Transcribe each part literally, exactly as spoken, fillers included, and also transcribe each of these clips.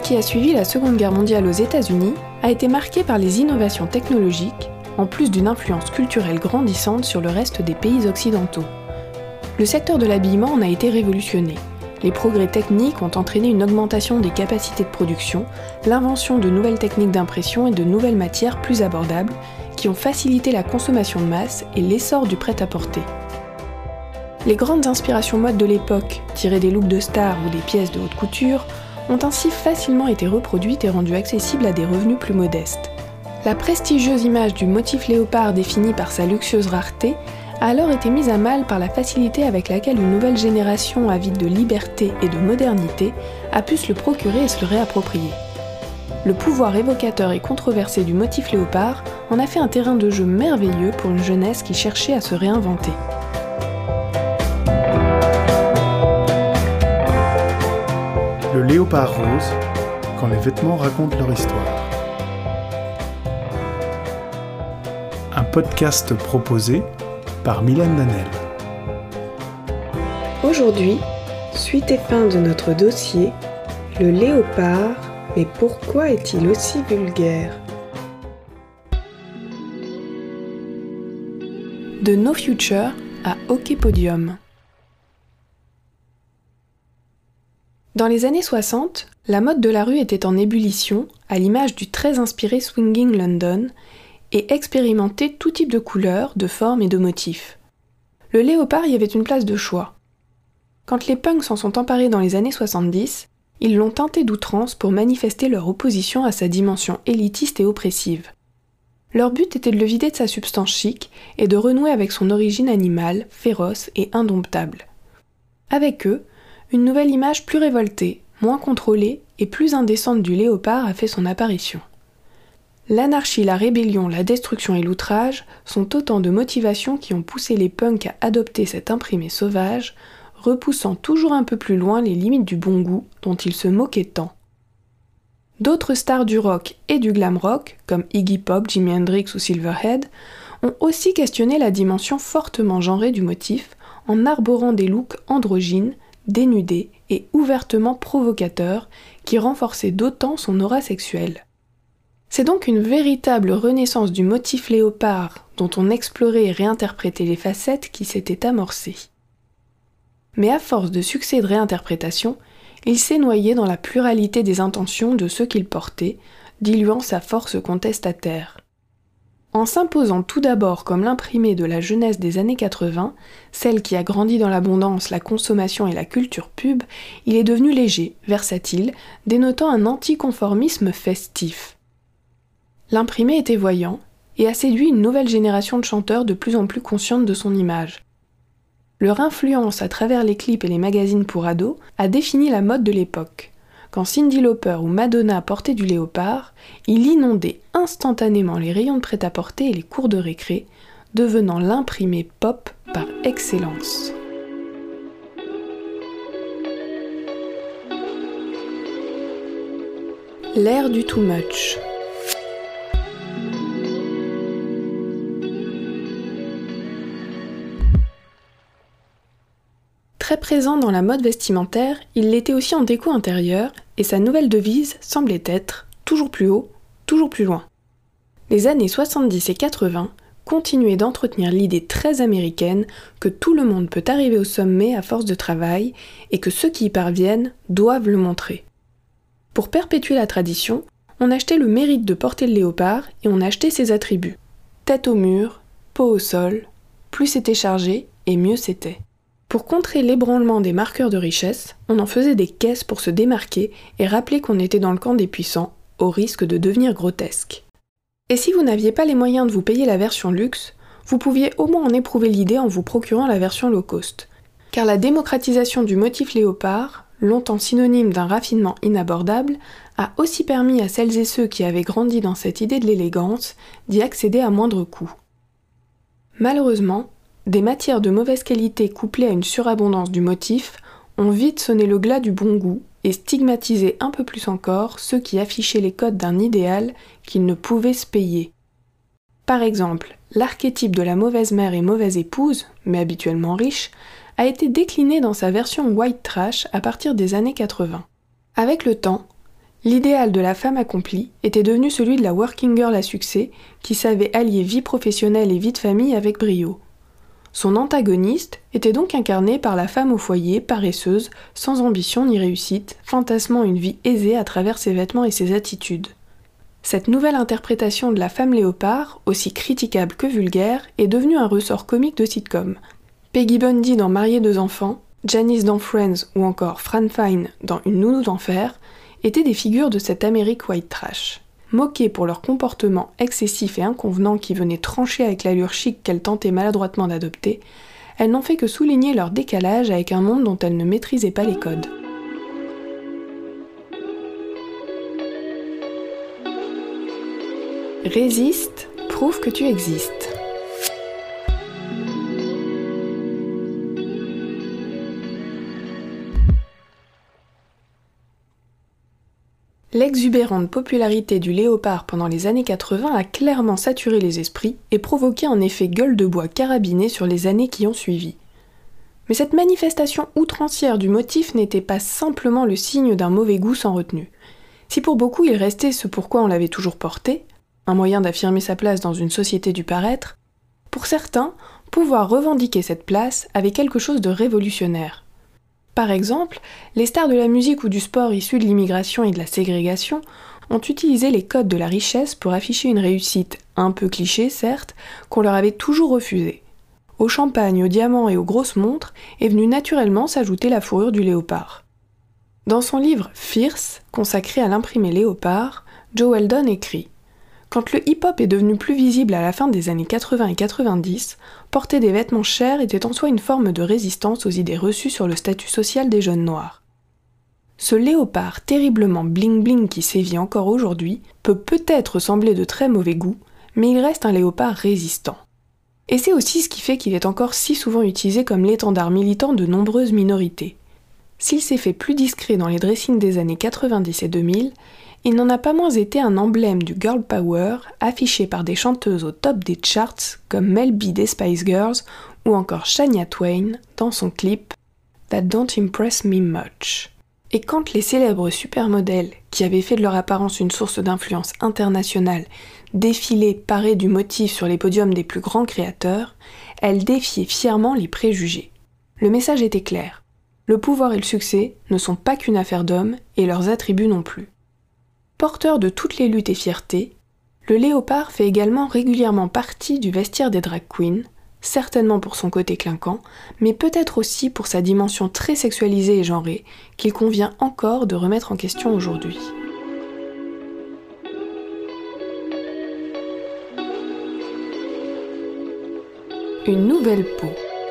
qui a suivi la Seconde Guerre mondiale aux États-Unis a été marqué par les innovations technologiques, en plus d'une influence culturelle grandissante sur le reste des pays occidentaux. Le secteur de l'habillement en a été révolutionné. Les progrès techniques ont entraîné une augmentation des capacités de production, l'invention de nouvelles techniques d'impression et de nouvelles matières plus abordables, qui ont facilité la consommation de masse et l'essor du prêt-à-porter. Les grandes inspirations mode de l'époque, tirées des looks de stars ou des pièces de haute couture, ont ainsi facilement été reproduites et rendues accessibles à des revenus plus modestes. La prestigieuse image du motif léopard définie par sa luxueuse rareté a alors été mise à mal par la facilité avec laquelle une nouvelle génération avide de liberté et de modernité a pu se le procurer et se le réapproprier. Le pouvoir évocateur et controversé du motif léopard en a fait un terrain de jeu merveilleux pour une jeunesse qui cherchait à se réinventer. Le léopard rose, quand les vêtements racontent leur histoire. Un podcast proposé par Mylène Danel. Aujourd'hui, suite et fin de notre dossier, le léopard, mais pourquoi est-il aussi vulgaire ? De No Future à Hockey Podium. Dans les années soixante, la mode de la rue était en ébullition, à l'image du très inspiré Swinging London, et expérimentait tout type de couleurs, de formes et de motifs. Le léopard y avait une place de choix. Quand les punks s'en sont emparés dans les années soixante-dix, ils l'ont teinté d'outrance pour manifester leur opposition à sa dimension élitiste et oppressive. Leur but était de le vider de sa substance chic et de renouer avec son origine animale, féroce et indomptable. Avec eux, une nouvelle image plus révoltée, moins contrôlée et plus indécente du léopard a fait son apparition. L'anarchie, la rébellion, la destruction et l'outrage sont autant de motivations qui ont poussé les punks à adopter cet imprimé sauvage, repoussant toujours un peu plus loin les limites du bon goût dont ils se moquaient tant. D'autres stars du rock et du glam rock, comme Iggy Pop, Jimi Hendrix ou Silverhead, ont aussi questionné la dimension fortement genrée du motif en arborant des looks androgynes, dénudés et ouvertement provocateurs qui renforçaient d'autant son aura sexuelle. C'est donc une véritable renaissance du motif léopard dont on explorait et réinterprétait les facettes qui s'étaient amorcées. Mais à force de succès de réinterprétation, il s'est noyé dans la pluralité des intentions de ceux qu'il portait, diluant sa force contestataire. En s'imposant tout d'abord comme l'imprimé de la jeunesse des années quatre-vingts, celle qui a grandi dans l'abondance, la consommation et la culture pub, il est devenu léger, versatile, dénotant un anticonformisme festif. L'imprimé était voyant et a séduit une nouvelle génération de chanteurs de plus en plus consciente de son image. Leur influence à travers les clips et les magazines pour ados a défini la mode de l'époque. Quand Cyndi Lauper ou Madonna portaient du léopard, il inondait instantanément les rayons de prêt-à-porter et les cours de récré, devenant l'imprimé pop par excellence. L'ère du too much. Très présent dans la mode vestimentaire, il l'était aussi en déco intérieure, et sa nouvelle devise semblait être « toujours plus haut, toujours plus loin ». Les années soixante-dix et quatre-vingts continuaient d'entretenir l'idée très américaine que tout le monde peut arriver au sommet à force de travail, et que ceux qui y parviennent doivent le montrer. Pour perpétuer la tradition, on achetait le mérite de porter le léopard et on achetait ses attributs. Tête au mur, peau au sol, plus c'était chargé et mieux c'était. Pour contrer l'ébranlement des marqueurs de richesse, on en faisait des caisses pour se démarquer et rappeler qu'on était dans le camp des puissants, au risque de devenir grotesque. Et si vous n'aviez pas les moyens de vous payer la version luxe, vous pouviez au moins en éprouver l'idée en vous procurant la version low cost. Car la démocratisation du motif léopard, longtemps synonyme d'un raffinement inabordable, a aussi permis à celles et ceux qui avaient grandi dans cette idée de l'élégance d'y accéder à moindre coût. Malheureusement, des matières de mauvaise qualité couplées à une surabondance du motif ont vite sonné le glas du bon goût et stigmatisé un peu plus encore ceux qui affichaient les codes d'un idéal qu'ils ne pouvaient se payer. Par exemple, l'archétype de la mauvaise mère et mauvaise épouse, mais habituellement riche, a été décliné dans sa version white trash à partir des années quatre-vingts. Avec le temps, L'idéal de la femme accomplie était devenu celui de la working girl à succès qui savait allier vie professionnelle et vie de famille avec brio. Son antagoniste était donc incarné par la femme au foyer, paresseuse, sans ambition ni réussite, fantasmant une vie aisée à travers ses vêtements et ses attitudes. Cette nouvelle interprétation de la femme léopard, aussi critiquable que vulgaire, est devenue un ressort comique de sitcom. Peggy Bundy dans Marier deux enfants, Janice dans Friends ou encore Fran Fine dans Une nounou d'enfer étaient des figures de cette Amérique white trash. Moquées pour leur comportement excessif et inconvenant qui venait trancher avec l'allure chic qu'elles tentaient maladroitement d'adopter, elles n'ont fait que souligner leur décalage avec un monde dont elles ne maîtrisaient pas les codes. Résiste, prouve que tu existes. L'exubérante popularité du léopard pendant les années quatre-vingts a clairement saturé les esprits et provoqué un effet gueule de bois carabiné sur les années qui ont suivi. Mais cette manifestation outrancière du motif n'était pas simplement le signe d'un mauvais goût sans retenue. Si pour beaucoup il restait ce pourquoi on l'avait toujours porté, un moyen d'affirmer sa place dans une société du paraître, pour certains, pouvoir revendiquer cette place avait quelque chose de révolutionnaire. Par exemple, les stars de la musique ou du sport issus de l'immigration et de la ségrégation ont utilisé les codes de la richesse pour afficher une réussite un peu cliché, certes, qu'on leur avait toujours refusée. Au champagne, aux diamants et aux grosses montres est venue naturellement s'ajouter la fourrure du léopard. Dans son livre Fierce, consacré à l'imprimé léopard, Joe Weldon écrit « Quand le hip-hop est devenu plus visible à la fin des années quatre-vingts et quatre-vingt-dix, porter des vêtements chers était en soi une forme de résistance aux idées reçues sur le statut social des jeunes noirs. Ce léopard terriblement bling-bling qui sévit encore aujourd'hui peut peut-être sembler de très mauvais goût, mais il reste un léopard résistant. Et c'est aussi ce qui fait qu'il est encore si souvent utilisé comme l'étendard militant de nombreuses minorités. S'il s'est fait plus discret dans les dressings des années quatre-vingt-dix et deux mille, il n'en a pas moins été un emblème du girl power affiché par des chanteuses au top des charts comme Mel B des Spice Girls ou encore Shania Twain dans son clip That Don't Impress Me Much. Et quand les célèbres supermodèles, qui avaient fait de leur apparence une source d'influence internationale, défilaient parées du motif sur les podiums des plus grands créateurs, elles défiaient fièrement les préjugés. Le message était clair. Le pouvoir et le succès ne sont pas qu'une affaire d'hommes et leurs attributs non plus. Porteur de toutes les luttes et fiertés, le léopard fait également régulièrement partie du vestiaire des drag queens, certainement pour son côté clinquant, mais peut-être aussi pour sa dimension très sexualisée et genrée, qu'il convient encore de remettre en question aujourd'hui. Une nouvelle peau.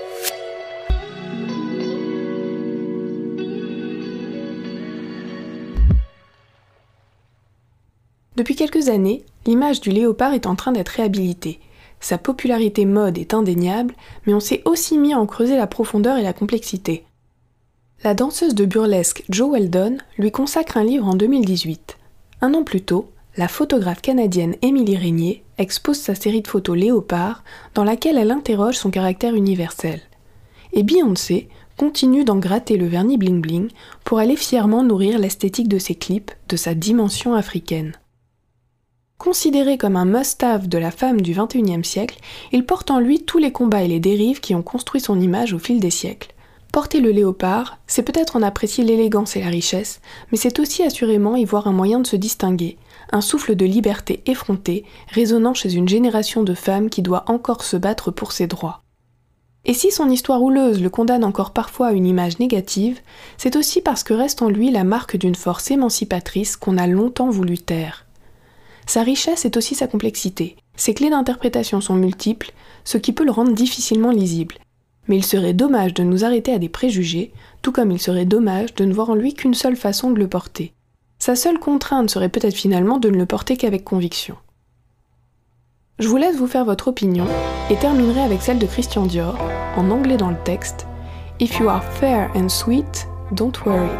Depuis quelques années, l'image du léopard est en train d'être réhabilitée. Sa popularité mode est indéniable, mais on s'est aussi mis à en creuser la profondeur et la complexité. La danseuse de burlesque Jo Weldon lui consacre un livre en deux mille dix-huit. Un an plus tôt, la photographe canadienne Émilie Régnier expose sa série de photos léopard dans laquelle elle interroge son caractère universel. Et Beyoncé continue d'en gratter le vernis bling-bling pour aller fièrement nourrir l'esthétique de ses clips de sa dimension africaine. Considéré comme un must-have de la femme du vingt et unième siècle, il porte en lui tous les combats et les dérives qui ont construit son image au fil des siècles. Porter le léopard, c'est peut-être en apprécier l'élégance et la richesse, mais c'est aussi assurément y voir un moyen de se distinguer, un souffle de liberté effronté, résonnant chez une génération de femmes qui doit encore se battre pour ses droits. Et si son histoire houleuse le condamne encore parfois à une image négative, c'est aussi parce que reste en lui la marque d'une force émancipatrice qu'on a longtemps voulu taire. Sa richesse est aussi sa complexité. Ses clés d'interprétation sont multiples, ce qui peut le rendre difficilement lisible. Mais il serait dommage de nous arrêter à des préjugés, tout comme il serait dommage de ne voir en lui qu'une seule façon de le porter. Sa seule contrainte serait peut-être finalement de ne le porter qu'avec conviction. Je vous laisse vous faire votre opinion et terminerai avec celle de Christian Dior, en anglais dans le texte « If you are fair and sweet, don't wear it ».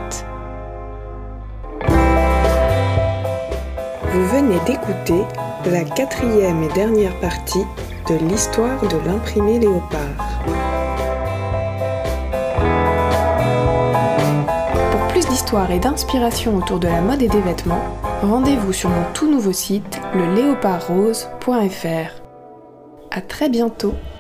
Vous venez d'écouter la quatrième et dernière partie de l'histoire de l'imprimé léopard. Pour plus d'histoire et d'inspiration autour de la mode et des vêtements, rendez-vous sur mon tout nouveau site, le léopard rose point f r. À très bientôt!